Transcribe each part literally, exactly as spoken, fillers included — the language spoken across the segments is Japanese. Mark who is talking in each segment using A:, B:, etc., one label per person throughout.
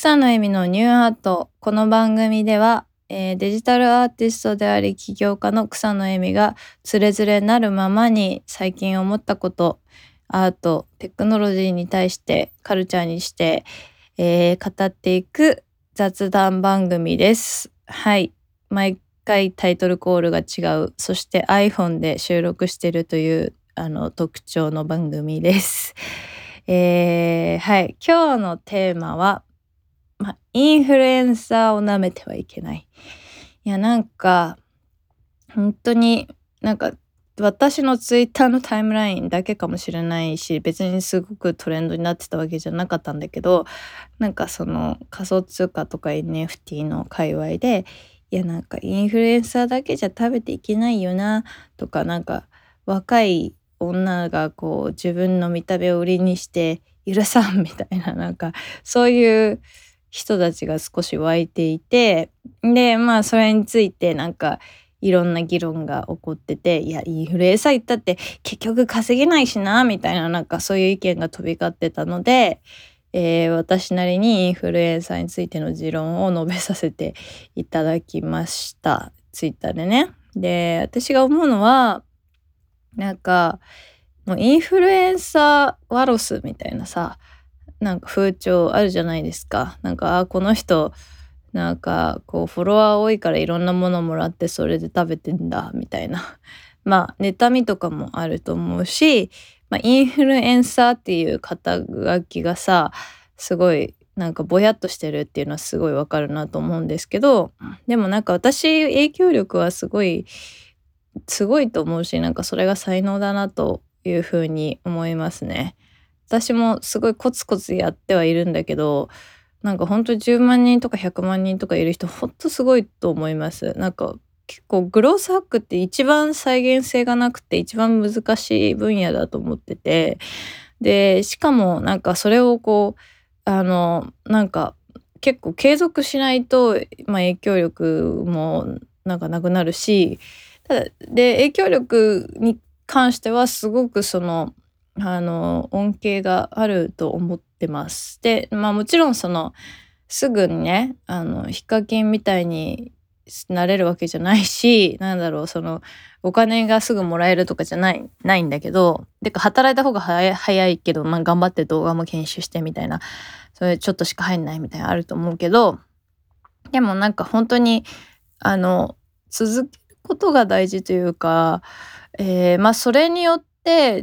A: 草野恵美のニューアート。この番組では、えーデジタルアーティストであり起業家の草野恵美がつれづれなるままに最近思ったこと、アート、テクノロジーに対してカルチャーにして、えー語っていく雑談番組です。はい。毎回タイトルコールが違う。そして iPhone で収録しているというあの特徴の番組です。えーはい。今日のテーマは、まあ、インフルエンサーを舐めてはいけない。いや、なんか、本当に、なんか、私のツイッターのタイムラインだけかもしれないし、別にすごくトレンドになってたわけじゃなかったんだけど、なんかその仮想通貨とか エヌエフティー の界隈で、いやなんかインフルエンサーだけじゃ食べていけないよな、とか、なんか若い女がこう自分の見た目を売りにして許さんみたいな、なんかそういう人たちが少し湧いていて、でまあそれについてなんかいろんな議論が起こってて、いやインフルエンサー言ったって結局稼げないしなみたいな、なんかそういう意見が飛び交ってたので、えー私なりにインフルエンサーについての持論を述べさせていただきました、ツイッターでね。で私が思うのは、なんかもうインフルエンサーワロスみたいなさ、なんか風潮あるじゃないですか。なんかあこの人なんかこうフォロワー多いからいろんなものもらってそれで食べてんだみたいなまあ妬みとかもあると思うし、まあ、インフルエンサーっていう肩書きがさ、すごいなんかぼやっとしてるっていうのはすごいわかるなと思うんですけど、でもなんか私影響力はすごいすごいと思うし、なんかそれが才能だなというふうに思いますね。私もすごいコツコツやってはいるんだけど、なんかほんとじゅうまん人とかひゃくまん人とかいる人ほんとすごいと思います。なんか結構グロースハックって一番再現性がなくて一番難しい分野だと思ってて、でしかもなんかそれをこうあのなんか結構継続しないと、まあ、影響力もなんかなくなるし、ただで影響力に関してはすごくそのあの恩恵があると思ってます。でまあもちろんそのすぐにねあのヒカキンみたいになれるわけじゃないし、なんだろう、そのお金がすぐもらえるとかじゃないないんだけど、てか働いた方が早い早いけど、まあ、頑張って動画も編集してみたいな、それちょっとしか入んないみたいなのあると思うけど、でもなんか本当にあの続けることが大事というか、えーまあそれによって、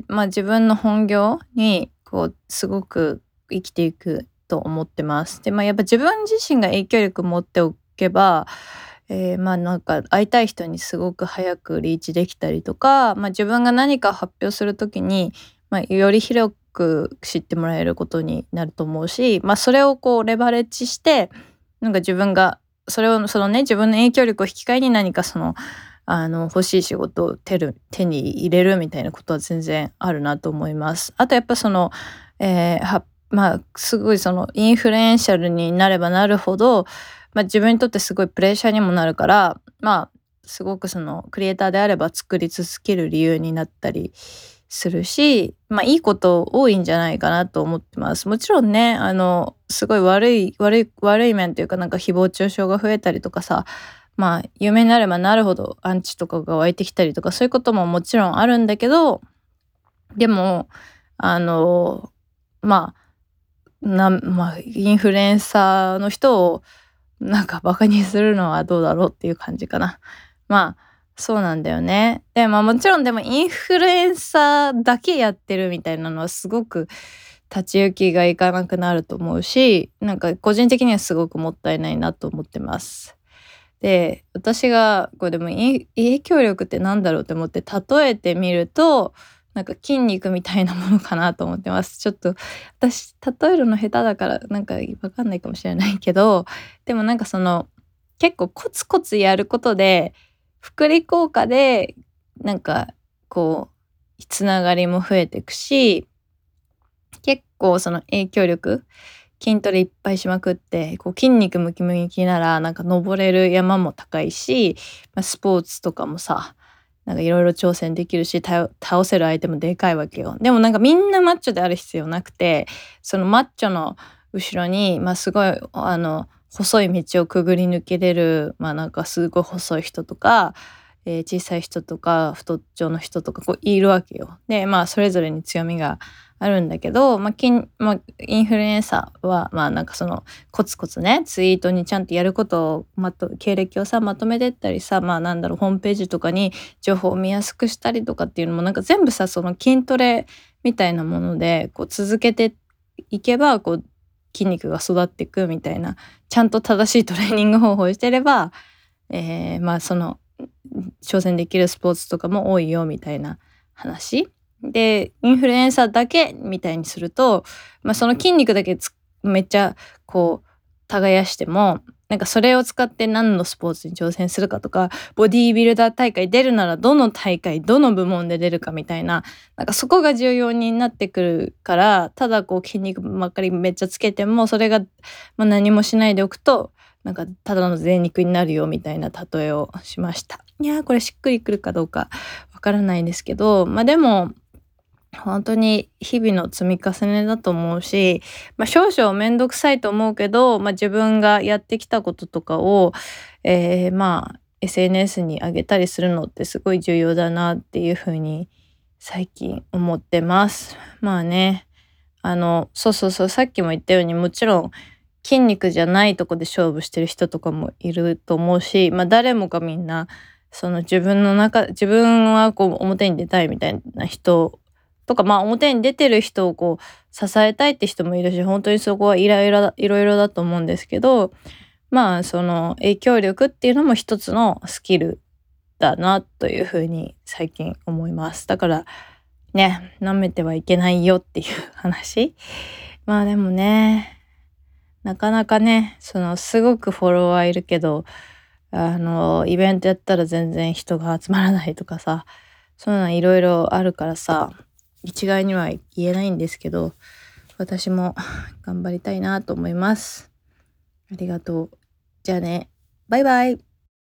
A: まあ、自分の本業にこうすごく生きていくと思ってます。でまあやっぱ自分自身が影響力持っておけば、えーまあなんか会いたい人にすごく早くリーチできたりとか、まあ、自分が何か発表する時に、まあ、より広く知ってもらえることになると思うし、まあ、それをこうレバレッジしてなんか自分がそれをそのね自分の影響力を引き換えに何かそのあの欲しい仕事を手る手に入れるみたいなことは全然あるなと思います。あとやっぱその、えーはまあすごいそのインフルエンシャルになればなるほど、まあ、自分にとってすごいプレッシャーにもなるから、まあすごくそのクリエイターであれば作り続ける理由になったりするし、まあいいこと多いんじゃないかなと思ってます。もちろんね、あのすごい悪い悪い悪い面というか、なんか誹謗中傷が増えたりとかさ、まあ有名になればなるほどアンチとかが湧いてきたりとか、そういうことももちろんあるんだけど、でもあのまあなまあインフルエンサーの人をなんかバカにするのはどうだろうっていう感じかな。まあそうなんだよね。でまあもちろんでもインフルエンサーだけやってるみたいなのはすごく立ち行きがいかなくなると思うし、なんか個人的にはすごくもったいないなと思ってます。で私がこれでもい影響力ってなんだろうって思って例えてみると、なんか筋肉みたいなものかなと思ってます。ちょっと私例えるの下手だからなんかわかんないかもしれないけど、でもなんかその結構コツコツやることで複利効果でなんかこうつながりも増えていくし、結構その影響力、筋トレいっぱいしまくってこう筋肉ムキムキならなんか登れる山も高いし、まあ、スポーツとかもさなんかいろいろ挑戦できるし、倒倒せる相手もでかいわけよ。でもなんかみんなマッチョである必要なくて、そのマッチョの後ろに、まあ、すごいあの細い道をくぐり抜けれる、まあ、なんかすごい細い人とか、えー小さい人とか太っちょの人とかこういるわけよ。でまあそれぞれに強みがあるんだけど、まあきんまあ、インフルエンサーはまあなんかそのコツコツねツイートにちゃんとやることをまと経歴をさまとめてったりさ、まあなんだろうホームページとかに情報を見やすくしたりとかっていうのもなんか全部さその筋トレみたいなものでこう続けていけばこう筋肉が育っていくみたいなちゃんと正しいトレーニング方法をしてれば、えー、まあその挑戦できるスポーツとかも多いよみたいな話で、インフルエンサーだけみたいにすると、まあ、その筋肉だけつめっちゃこう耕してもなんかそれを使って何のスポーツに挑戦するかとか、ボディービルダー大会出るならどの大会どの部門で出るかみたいな、なんかそこが重要になってくるから、ただこう筋肉ばっかりめっちゃつけてもそれが、まあ、何もしないでおくとなんかただの贅肉になるよみたいな例えをしました。いやーこれしっくりくるかどうかわからないですけど、まあでも本当に日々の積み重ねだと思うし、まあ、少々めんどくさいと思うけど、まあ、自分がやってきたこととかを、えー、まあ エスエヌエス に上げたりするのってすごい重要だなっていうふうに最近思ってます。まあね、あのそうそうそう、さっきも言ったようにもちろん筋肉じゃないとこで勝負してる人とかもいると思うし、まあ、誰もがみんなその自分の中自分はこう表に出たいみたいな人とか、まあ表に出てる人をこう支えたいって人もいるし、本当にそこはいろいろだいろいろだと思うんですけど、まあその影響力っていうのも一つのスキルだなというふうに最近思います。だからね、舐めてはいけないよっていう話。まあでもね、なかなかね、そのすごくフォロワーいるけど、あのイベントやったら全然人が集まらないとかさ、そういうのいろいろあるからさ、一概には言えないんですけど、私も頑張りたいなと思います。ありがとう。じゃあね。バイバイ。